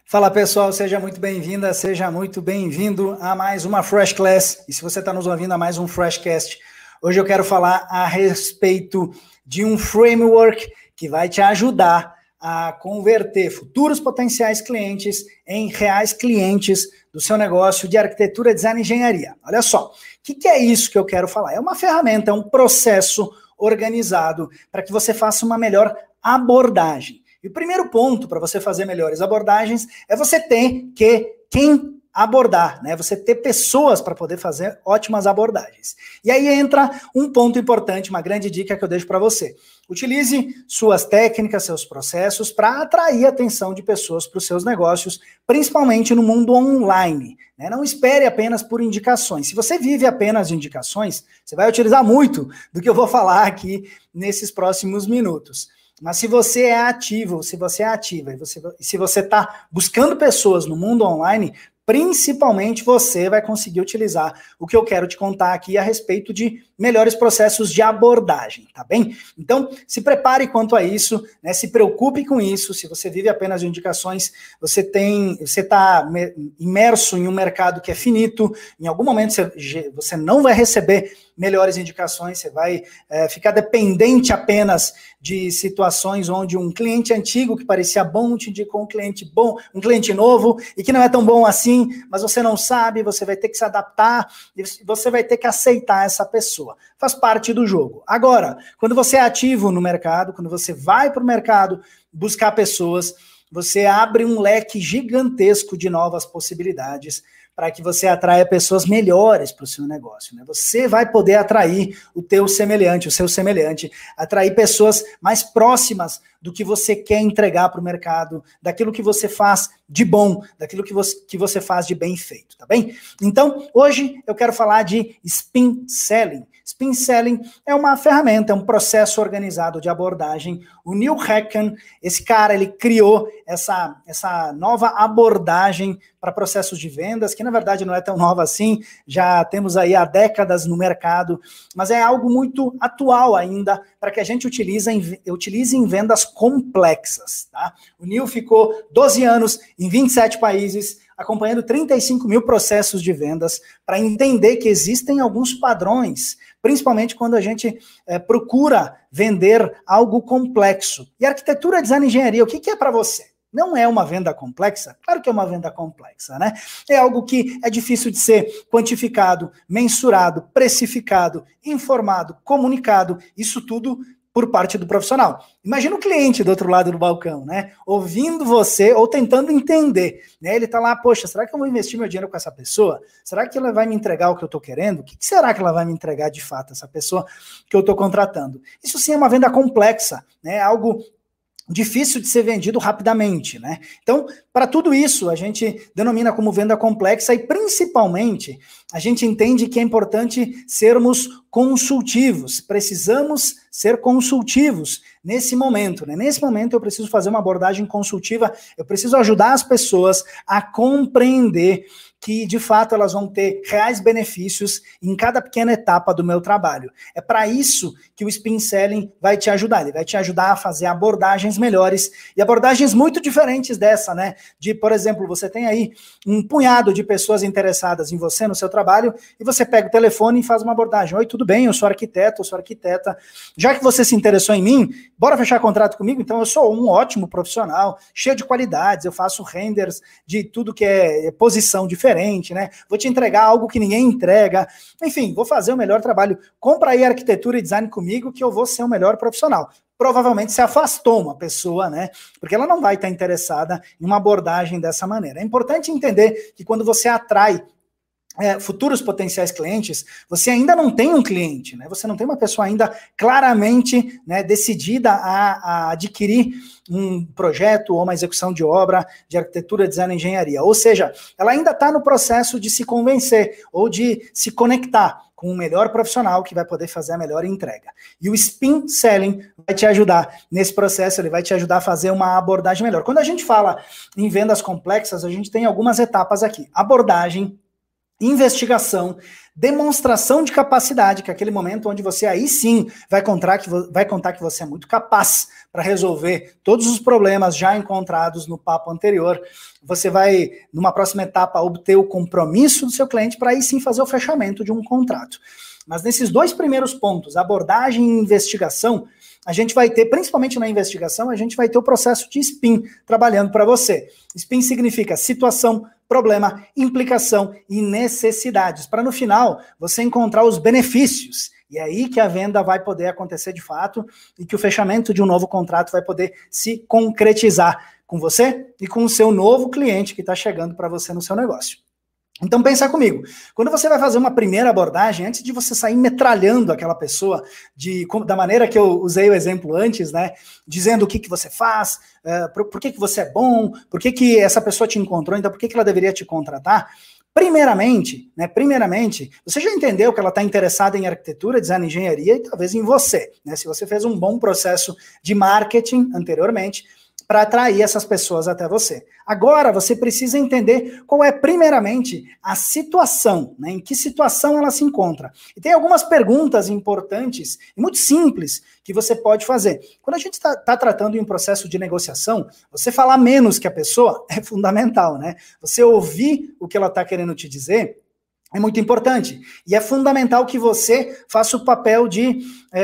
Fala pessoal, seja muito bem-vinda, seja muito bem-vindo a mais uma Fresh Class. E se você está nos ouvindo a mais um Freshcast, hoje eu quero falar a respeito de um framework que vai te ajudar a converter futuros potenciais clientes em reais clientes do seu negócio de arquitetura, design e engenharia. Olha só, o que é isso que eu quero falar? É uma ferramenta, é um processo organizado para que você faça uma melhor abordagem. E o primeiro ponto para você fazer melhores abordagens é você ter quem abordar, né? Você ter pessoas para poder fazer ótimas abordagens. E aí entra um ponto importante, uma grande dica que eu deixo para você. Utilize suas técnicas, seus processos para atrair a atenção de pessoas para os seus negócios, principalmente no mundo online, né? Não espere apenas por indicações. Se você vive apenas de indicações, você vai utilizar muito do que eu vou falar aqui nesses próximos minutos. Mas se você é ativo, se você é ativa e se você está buscando pessoas no mundo online, principalmente você vai conseguir utilizar o que eu quero te contar aqui a respeito de melhores processos de abordagem, tá bem? Então, se prepare quanto a isso, né? Se preocupe com isso. Se você vive apenas de indicações, você está imerso em um mercado que é finito, em algum momento você não vai receber melhores indicações, você vai ficar dependente apenas de situações onde um cliente antigo que parecia bom te indicou um cliente bom, um cliente novo e que não é tão bom assim, mas você não sabe, você vai ter que se adaptar e você vai ter que aceitar essa pessoa. Faz parte do jogo. Agora, quando você é ativo no mercado, quando você vai para o mercado buscar pessoas, você abre um leque gigantesco de novas possibilidades para que você atraia pessoas melhores para o seu negócio, né? Você vai poder atrair o seu semelhante, atrair pessoas mais próximas do que você quer entregar para o mercado, daquilo que você faz de bom, daquilo que você faz de bem feito, tá bem? Então, hoje eu quero falar de Spin Selling. Spin Selling é uma ferramenta, é um processo organizado de abordagem. O Neil Hacken, esse cara, ele criou essa nova abordagem para processos de vendas, que na verdade não é tão nova assim, já temos aí há décadas no mercado, mas é algo muito atual ainda para que a gente utilize em vendas complexas, tá? O Neil ficou 12 anos em 27 países, acompanhando 35 mil processos de vendas para entender que existem alguns padrões, principalmente quando a gente procura vender algo complexo. E arquitetura, design e engenharia, o que é para você? Não é uma venda complexa? Claro que é uma venda complexa, né? É algo que é difícil de ser quantificado, mensurado, precificado, informado, comunicado, isso tudo por parte do profissional. Imagina o cliente do outro lado do balcão, né? Ouvindo você ou tentando entender, né? Ele tá lá, poxa, será que eu vou investir meu dinheiro com essa pessoa? Será que ela vai me entregar o que eu tô querendo? O que será que ela vai me entregar de fato, essa pessoa que eu tô contratando? Isso sim é uma venda complexa, né? Algo difícil de ser vendido rapidamente, né? Então, para tudo isso, a gente denomina como venda complexa e, principalmente, a gente entende que é importante sermos consultivos. Precisamos ser consultivos nesse momento, né? Nesse momento, eu preciso fazer uma abordagem consultiva, eu preciso ajudar as pessoas a compreender que, de fato, elas vão ter reais benefícios em cada pequena etapa do meu trabalho. É para isso que o Spin Selling vai te ajudar. Ele vai te ajudar a fazer abordagens melhores e abordagens muito diferentes dessa, né? De, por exemplo, você tem aí um punhado de pessoas interessadas em você, no seu trabalho, e você pega o telefone e faz uma abordagem. Oi, tudo bem? Eu sou arquiteto, eu sou arquiteta. Já que você se interessou em mim, bora fechar contrato comigo? Então, eu sou um ótimo profissional, cheio de qualidades, eu faço renders de tudo que é posição diferente, né? Vou te entregar algo que ninguém entrega. Enfim, vou fazer o melhor trabalho. Compra aí arquitetura e design comigo que eu vou ser o melhor profissional. Provavelmente se afastou uma pessoa, né? Porque ela não vai estar interessada em uma abordagem dessa maneira. É importante entender que quando você atrai futuros potenciais clientes, você ainda não tem um cliente, né? Você não tem uma pessoa ainda claramente, né, decidida a adquirir um projeto ou uma execução de obra de arquitetura, design e engenharia. Ou seja, ela ainda está no processo de se convencer ou de se conectar com o melhor profissional que vai poder fazer a melhor entrega. E o Spin Selling vai te ajudar nesse processo, ele vai te ajudar a fazer uma abordagem melhor. Quando a gente fala em vendas complexas, a gente tem algumas etapas aqui. Abordagem, investigação, demonstração de capacidade, que é aquele momento onde você aí sim vai contar que você é muito capaz para resolver todos os problemas já encontrados no papo anterior. Você vai, numa próxima etapa, obter o compromisso do seu cliente para aí sim fazer o fechamento de um contrato. Mas nesses dois primeiros pontos, abordagem e investigação, a gente vai ter, principalmente na investigação, a gente vai ter o processo de SPIN trabalhando para você. SPIN significa situação, problema, implicação e necessidades, para no final você encontrar os benefícios. E é aí que a venda vai poder acontecer de fato e que o fechamento de um novo contrato vai poder se concretizar com você e com o seu novo cliente que está chegando para você no seu negócio. Então pensa comigo, quando você vai fazer uma primeira abordagem, antes de você sair metralhando aquela pessoa da maneira que eu usei o exemplo antes, né, dizendo o que você faz, por que você é bom, por que essa pessoa te encontrou, então por que ela deveria te contratar, primeiramente, você já entendeu que ela está interessada em arquitetura, design, engenharia e talvez em você, né, se você fez um bom processo de marketing anteriormente, para atrair essas pessoas até você. Agora, você precisa entender qual é, primeiramente, a situação, né? Em que situação ela se encontra. E tem algumas perguntas importantes e muito simples que você pode fazer. Quando a gente está tratando em um processo de negociação, você falar menos que a pessoa é fundamental, né? Você ouvir o que ela está querendo te dizer é muito importante. E é fundamental que você faça o papel de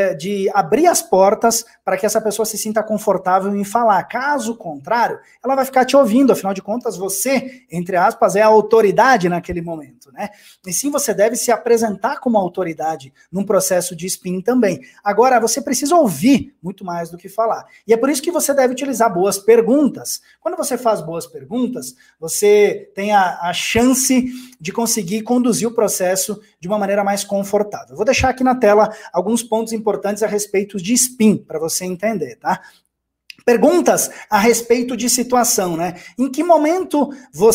abrir as portas para que essa pessoa se sinta confortável em falar. Caso contrário, ela vai ficar te ouvindo. Afinal de contas, você, entre aspas, é a autoridade naquele momento, né? E sim, você deve se apresentar como autoridade num processo de SPIN também. Agora, você precisa ouvir muito mais do que falar. E é por isso que você deve utilizar boas perguntas. Quando você faz boas perguntas, você tem a chance de conseguir conduzir o processo de uma maneira mais confortável. Eu vou deixar aqui na tela alguns pontos importantes a respeito de SPIN, para você entender, tá? Perguntas a respeito de situação, né? Em que momento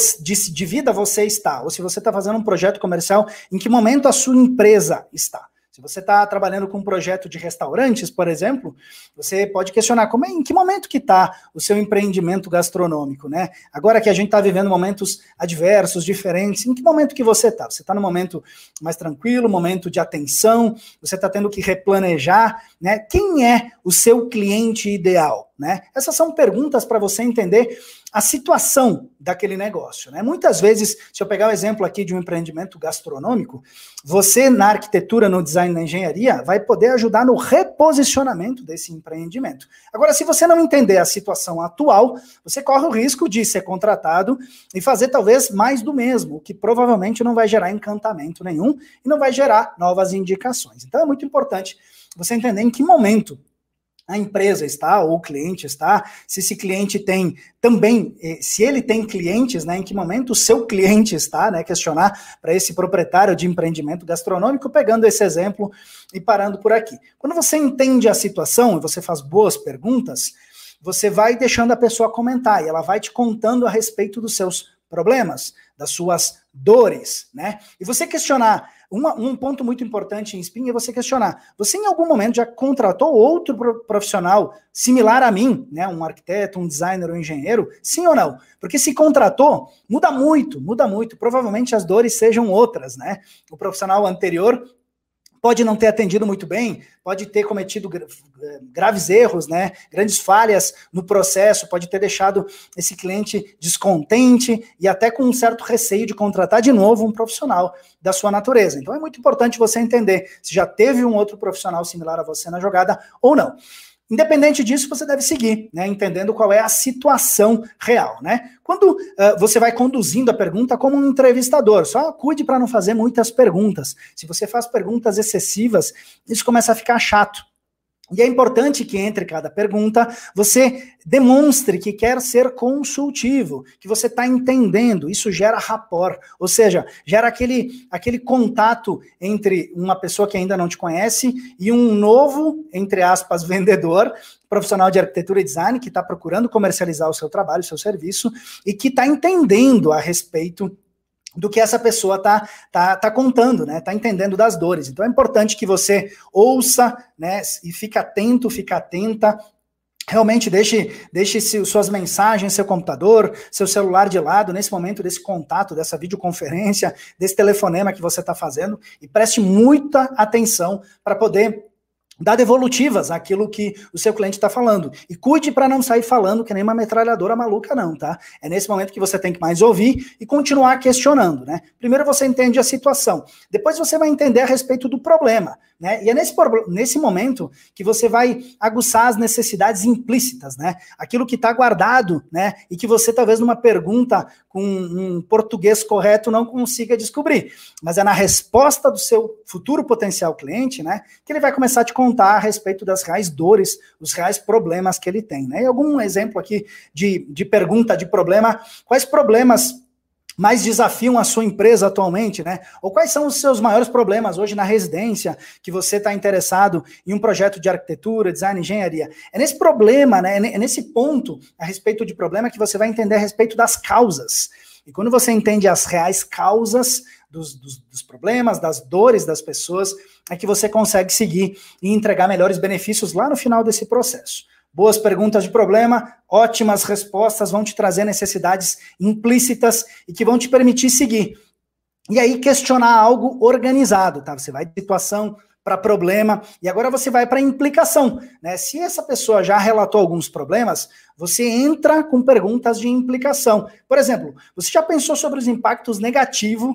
de vida você está? Ou se você está fazendo um projeto comercial, em que momento a sua empresa está? Se você está trabalhando com um projeto de restaurantes, por exemplo, você pode questionar em que momento que está o seu empreendimento gastronômico, né? Agora que a gente está vivendo momentos adversos, diferentes, em que momento que você está? Você está no momento mais tranquilo, momento de atenção, você está tendo que replanejar, né? Quem é o seu cliente ideal, né? Essas são perguntas para você entender a situação daquele negócio, né? Muitas vezes, se eu pegar o exemplo aqui de um empreendimento gastronômico, você na arquitetura, no design, na engenharia, vai poder ajudar no reposicionamento desse empreendimento. Agora, se você não entender a situação atual, você corre o risco de ser contratado e fazer talvez mais do mesmo, o que provavelmente não vai gerar encantamento nenhum e não vai gerar novas indicações. Então é muito importante você entender em que momento a empresa está, ou o cliente está, se esse cliente tem também, se ele tem clientes, né, em que momento o seu cliente está, né, questionar para esse proprietário de empreendimento gastronômico, pegando esse exemplo e parando por aqui. Quando você entende a situação e você faz boas perguntas, você vai deixando a pessoa comentar e ela vai te contando a respeito dos seus problemas, das suas dores, né? E você questionar, um ponto muito importante em SPIN é você questionar, você em algum momento já contratou outro profissional similar a mim, né? Um arquiteto, um designer, um engenheiro? Sim ou não? Porque se contratou, muda muito, provavelmente as dores sejam outras, né? O profissional anterior pode não ter atendido muito bem, pode ter cometido graves erros, né, grandes falhas no processo, pode ter deixado esse cliente descontente e até com um certo receio de contratar de novo um profissional da sua natureza. Então é muito importante você entender se já teve um outro profissional similar a você na jogada ou não. Independente disso, você deve seguir, né, entendendo qual é a situação real, né? Quando você vai conduzindo a pergunta como um entrevistador, só cuide para não fazer muitas perguntas. Se você faz perguntas excessivas, isso começa a ficar chato. E é importante que entre cada pergunta, você demonstre que quer ser consultivo, que você está entendendo. Isso gera rapport, ou seja, gera aquele contato entre uma pessoa que ainda não te conhece e um novo, entre aspas, vendedor, profissional de arquitetura e design, que está procurando comercializar o seu trabalho, o seu serviço, e que está entendendo a respeito do que essa pessoa tá contando, né? Tá entendendo das dores. Então é importante que você ouça, né? E fique atento, fique atenta Realmente deixe suas mensagens, seu computador, seu celular de lado, nesse momento desse contato, dessa videoconferência, desse telefonema que você está fazendo, e preste muita atenção para poder dar devolutivas àquilo que o seu cliente está falando. E cuide para não sair falando que nem uma metralhadora maluca não, tá? É nesse momento que você tem que mais ouvir e continuar questionando, né? Primeiro você entende a situação, depois você vai entender a respeito do problema, né? E é nesse momento que você vai aguçar as necessidades implícitas, né? Aquilo que está guardado, né? E que você talvez numa pergunta com um português correto não consiga descobrir. Mas é na resposta do seu futuro potencial cliente, né? Que ele vai começar a te contar a respeito das reais dores, os reais problemas que ele tem, né? E algum exemplo aqui de pergunta, de problema, quais problemas mais desafiam a sua empresa atualmente, né? Ou quais são os seus maiores problemas hoje na residência, que você está interessado em um projeto de arquitetura, design, engenharia. É nesse problema, né? É nesse ponto, a respeito de problema, que você vai entender a respeito das causas. E quando você entende as reais causas dos problemas, das dores das pessoas, é que você consegue seguir e entregar melhores benefícios lá no final desse processo. Boas perguntas de problema, ótimas respostas, vão te trazer necessidades implícitas e que vão te permitir seguir. E aí questionar algo organizado, tá? Você vai de situação para problema, e agora você vai para a implicação, né? Se essa pessoa já relatou alguns problemas, você entra com perguntas de implicação. Por exemplo, você já pensou sobre os impactos negativos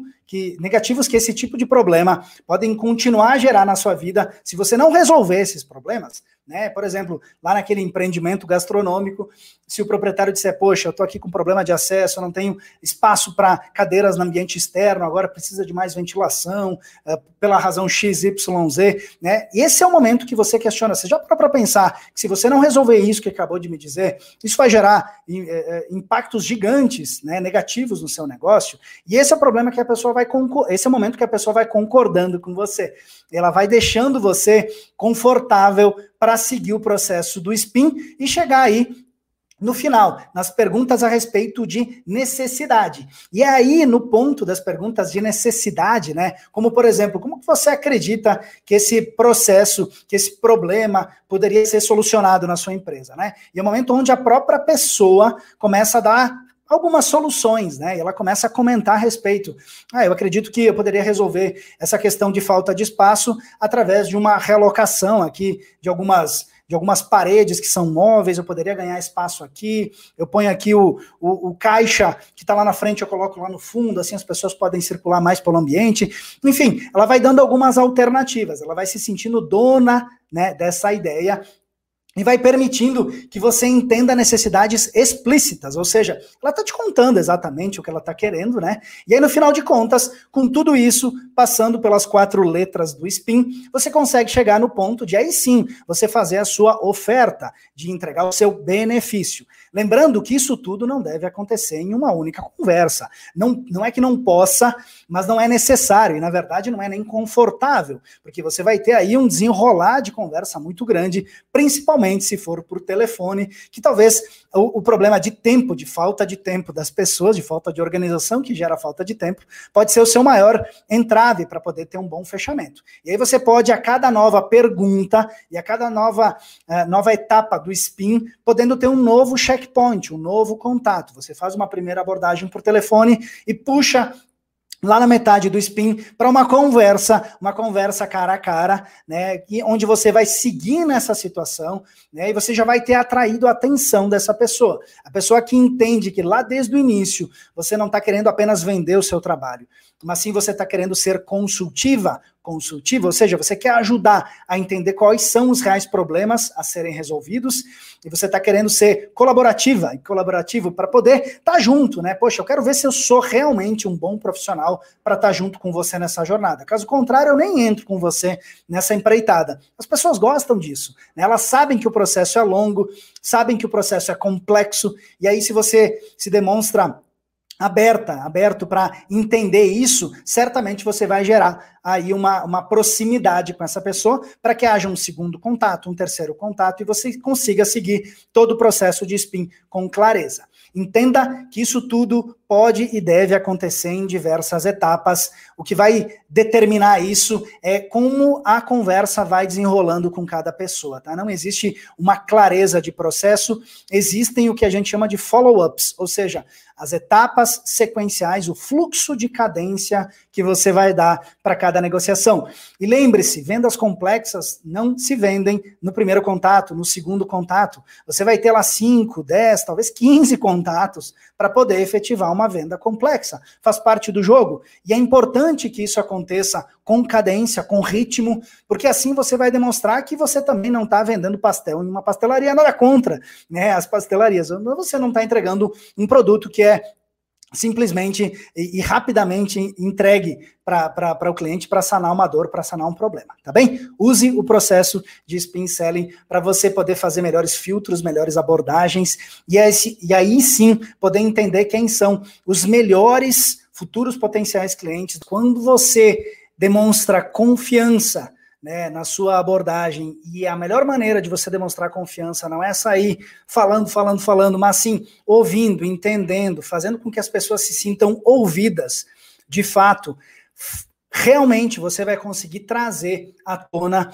que esse tipo de problema podem continuar a gerar na sua vida se você não resolver esses problemas? Né? Por exemplo, lá naquele empreendimento gastronômico, se o proprietário disser, poxa, eu estou aqui com problema de acesso, eu não tenho espaço para cadeiras no ambiente externo, agora precisa de mais ventilação, pela razão XYZ, né? E esse é o momento que você questiona. Você já parou para pensar que se você não resolver isso que acabou de me dizer, isso vai gerar impactos gigantes, né, negativos no seu negócio? E esse é o problema que a pessoa esse é o momento que a pessoa vai concordando com você. Ela vai deixando você confortável para seguir o processo do spin e chegar aí no final, nas perguntas a respeito de necessidade. E é aí, no ponto das perguntas de necessidade, né? Como, por exemplo, como que você acredita que esse processo, que esse problema poderia ser solucionado na sua empresa, né? E é o momento onde a própria pessoa começa a dar algumas soluções, né? E ela começa a comentar a respeito. Eu acredito que eu poderia resolver essa questão de falta de espaço através de uma relocação aqui de algumas paredes que são móveis, eu poderia ganhar espaço aqui, eu ponho aqui o caixa que está lá na frente, eu coloco lá no fundo, assim as pessoas podem circular mais pelo ambiente. Enfim, ela vai dando algumas alternativas, ela vai se sentindo dona, né, dessa ideia, e vai permitindo que você entenda necessidades explícitas, ou seja, ela está te contando exatamente o que ela está querendo, né? E aí, no final de contas, com tudo isso, passando pelas 4 letras do SPIN, você consegue chegar no ponto de, aí sim, você fazer a sua oferta, de entregar o seu benefício. Lembrando que isso tudo não deve acontecer em uma única conversa. Não é que não possa, mas não é necessário, e na verdade não é nem confortável, porque você vai ter aí um desenrolar de conversa muito grande, principalmente se for por telefone, que talvez o problema de tempo, de falta de tempo das pessoas, de falta de organização que gera falta de tempo, pode ser o seu maior entrave para poder ter um bom fechamento. E aí você pode, a cada nova pergunta e a cada nova etapa do SPIN, podendo ter um novo checkpoint, um novo contato. Você faz uma primeira abordagem por telefone e puxa lá na metade do SPIN para uma conversa cara a cara, né, onde você vai seguir nessa situação, né, e você já vai ter atraído a atenção dessa pessoa. A pessoa que entende que lá desde o início você não está querendo apenas vender o seu trabalho, mas sim você está querendo ser consultivo, ou seja, você quer ajudar a entender quais são os reais problemas a serem resolvidos, e você está querendo ser colaborativo para poder estar junto, né? Poxa, eu quero ver se eu sou realmente um bom profissional para estar junto com você nessa jornada. Caso contrário, eu nem entro com você nessa empreitada. As pessoas gostam disso, né? Elas sabem que o processo é longo, sabem que o processo é complexo, e aí se você se demonstra aberto para entender isso, certamente você vai gerar aí uma proximidade com essa pessoa para que haja um segundo contato, um terceiro contato e você consiga seguir todo o processo de SPIN com clareza. Entenda que isso tudo pode e deve acontecer em diversas etapas. O que vai determinar isso é como a conversa vai desenrolando com cada pessoa, tá? Não existe uma clareza de processo, existem o que a gente chama de follow-ups, ou seja, as etapas sequenciais, o fluxo de cadência que você vai dar para cada negociação. E lembre-se, vendas complexas não se vendem no primeiro contato, no segundo contato. Você vai ter lá 5, 10, talvez 15 contatos para poder efetivar uma venda complexa. Faz parte do jogo. E é importante que isso aconteça com cadência, com ritmo, porque assim você vai demonstrar que você também não está vendendo pastel em uma pastelaria, nada contra, né, as pastelarias. Você não está entregando um produto que é simplesmente e rapidamente entregue para o cliente para sanar uma dor, para sanar um problema, tá bem? Use o processo de spin selling para você poder fazer melhores filtros, melhores abordagens, e aí sim poder entender quem são os melhores futuros potenciais clientes. Quando você demonstra confiança, né, na sua abordagem, e a melhor maneira de você demonstrar confiança não é sair falando, mas sim ouvindo, entendendo, fazendo com que as pessoas se sintam ouvidas, de fato, realmente você vai conseguir trazer à tona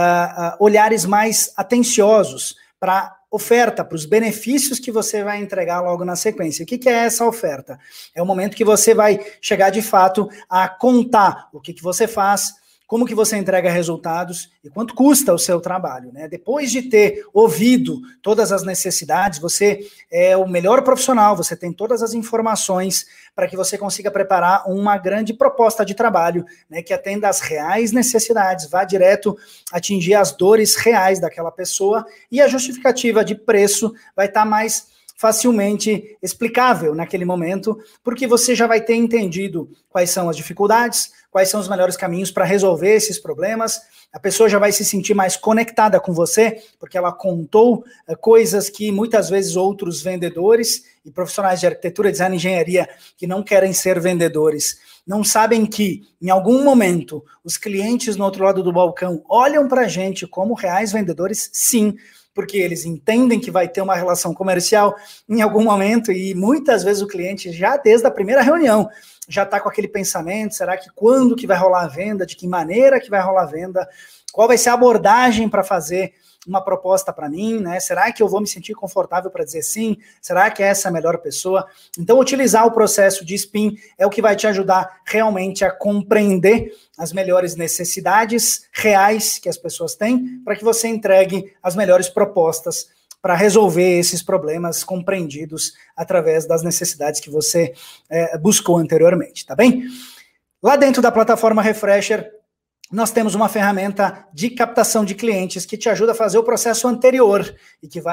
olhares mais atenciosos para oferta, para os benefícios que você vai entregar logo na sequência. O que é essa oferta? É o momento que você vai chegar de fato a contar o que você faz, como que você entrega resultados e quanto custa o seu trabalho, né? Depois de ter ouvido todas as necessidades, você é o melhor profissional, você tem todas as informações para que você consiga preparar uma grande proposta de trabalho, né, que atenda às reais necessidades, vá direto atingir as dores reais daquela pessoa, e a justificativa de preço vai estar mais facilmente explicável naquele momento, porque você já vai ter entendido quais são as dificuldades, quais são os melhores caminhos para resolver esses problemas. A pessoa já vai se sentir mais conectada com você, porque ela contou coisas que muitas vezes outros vendedores e profissionais de arquitetura, design e engenharia que não querem ser vendedores, não sabem que, em algum momento, os clientes no outro lado do balcão olham para a gente como reais vendedores, sim, porque eles entendem que vai ter uma relação comercial em algum momento, e muitas vezes o cliente, já desde a primeira reunião, já está com aquele pensamento: será que quando que vai rolar a venda, de que maneira que vai rolar a venda, qual vai ser a abordagem para fazer uma proposta para mim, né? Será que eu vou me sentir confortável para dizer sim? Será que essa é a melhor pessoa? Então, utilizar o processo de spin é o que vai te ajudar realmente a compreender as melhores necessidades reais que as pessoas têm, para que você entregue as melhores propostas para resolver esses problemas compreendidos através das necessidades que você buscou anteriormente, tá bem? Lá dentro da plataforma Refresher, nós temos uma ferramenta de captação de clientes que te ajuda a fazer o processo anterior e que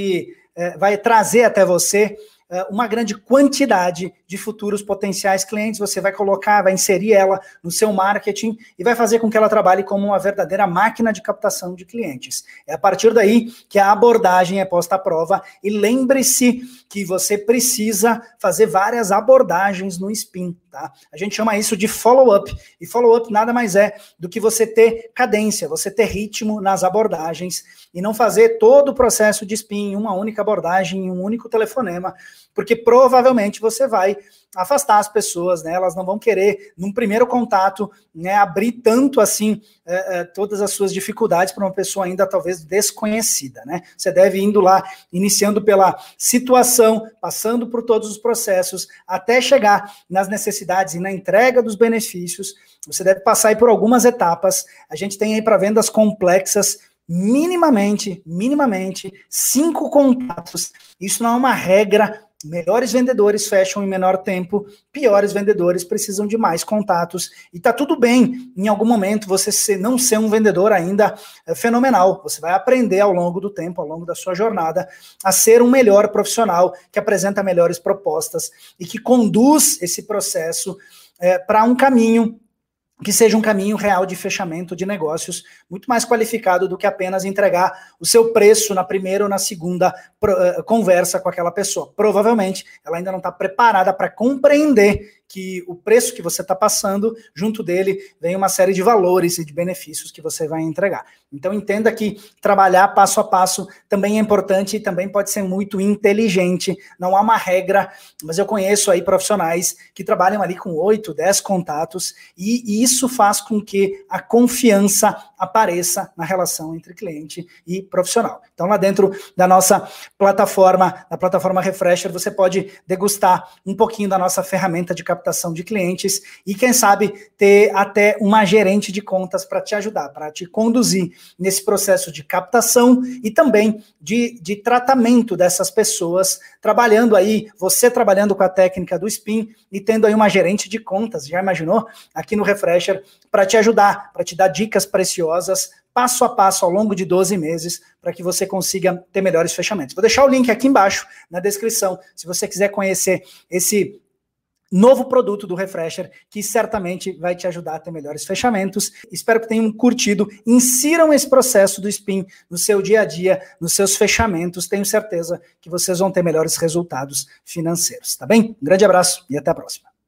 vai trazer até você uma grande quantidade de futuros potenciais clientes. Você vai colocar, vai inserir ela no seu marketing e vai fazer com que ela trabalhe como uma verdadeira máquina de captação de clientes. É a partir daí que a abordagem é posta à prova, e lembre-se que você precisa fazer várias abordagens no spin, tá? A gente chama isso de follow-up, e follow-up nada mais é do que você ter cadência, você ter ritmo nas abordagens e não fazer todo o processo de spin em uma única abordagem, em um único telefonema, porque provavelmente você vai afastar as pessoas, né? Elas não vão querer, num primeiro contato, né, abrir tanto assim todas as suas dificuldades para uma pessoa ainda talvez desconhecida, né? Você deve indo lá, iniciando pela situação, passando por todos os processos, até chegar nas necessidades e na entrega dos benefícios. Você deve passar aí por algumas etapas. A gente tem aí para vendas complexas, minimamente 5 contatos. Isso não é uma regra. Melhores vendedores fecham em menor tempo, piores vendedores precisam de mais contatos. E tá tudo bem, em algum momento, você não ser um vendedor ainda fenomenal. Você vai aprender ao longo do tempo, ao longo da sua jornada, a ser um melhor profissional, que apresenta melhores propostas e que conduz esse processo para um caminho que seja um caminho real de fechamento de negócios, muito mais qualificado do que apenas entregar o seu preço na primeira ou na segunda conversa com aquela pessoa. Provavelmente, ela ainda não está preparada para compreender que o preço que você está passando, junto dele vem uma série de valores e de benefícios que você vai entregar. Então entenda que trabalhar passo a passo também é importante e também pode ser muito inteligente. Não há uma regra, mas eu conheço aí profissionais que trabalham ali com 8, 10 contatos e isso faz com que a confiança apareça na relação entre cliente e profissional. Então lá dentro da nossa plataforma, na plataforma Refresher, você pode degustar um pouquinho da nossa ferramenta de captação de clientes e quem sabe ter até uma gerente de contas para te ajudar, para te conduzir nesse processo de captação e também de tratamento dessas pessoas, você trabalhando com a técnica do Spin e tendo aí uma gerente de contas, já imaginou? Aqui no Refresher, para te ajudar, para te dar dicas preciosas, passo a passo ao longo de 12 meses, para que você consiga ter melhores fechamentos. Vou deixar o link aqui embaixo na descrição, se você quiser conhecer esse novo produto do Refresher, que certamente vai te ajudar a ter melhores fechamentos. Espero que tenham curtido. Insiram esse processo do Spin no seu dia a dia, nos seus fechamentos. Tenho certeza que vocês vão ter melhores resultados financeiros, tá bem? Um grande abraço e até a próxima.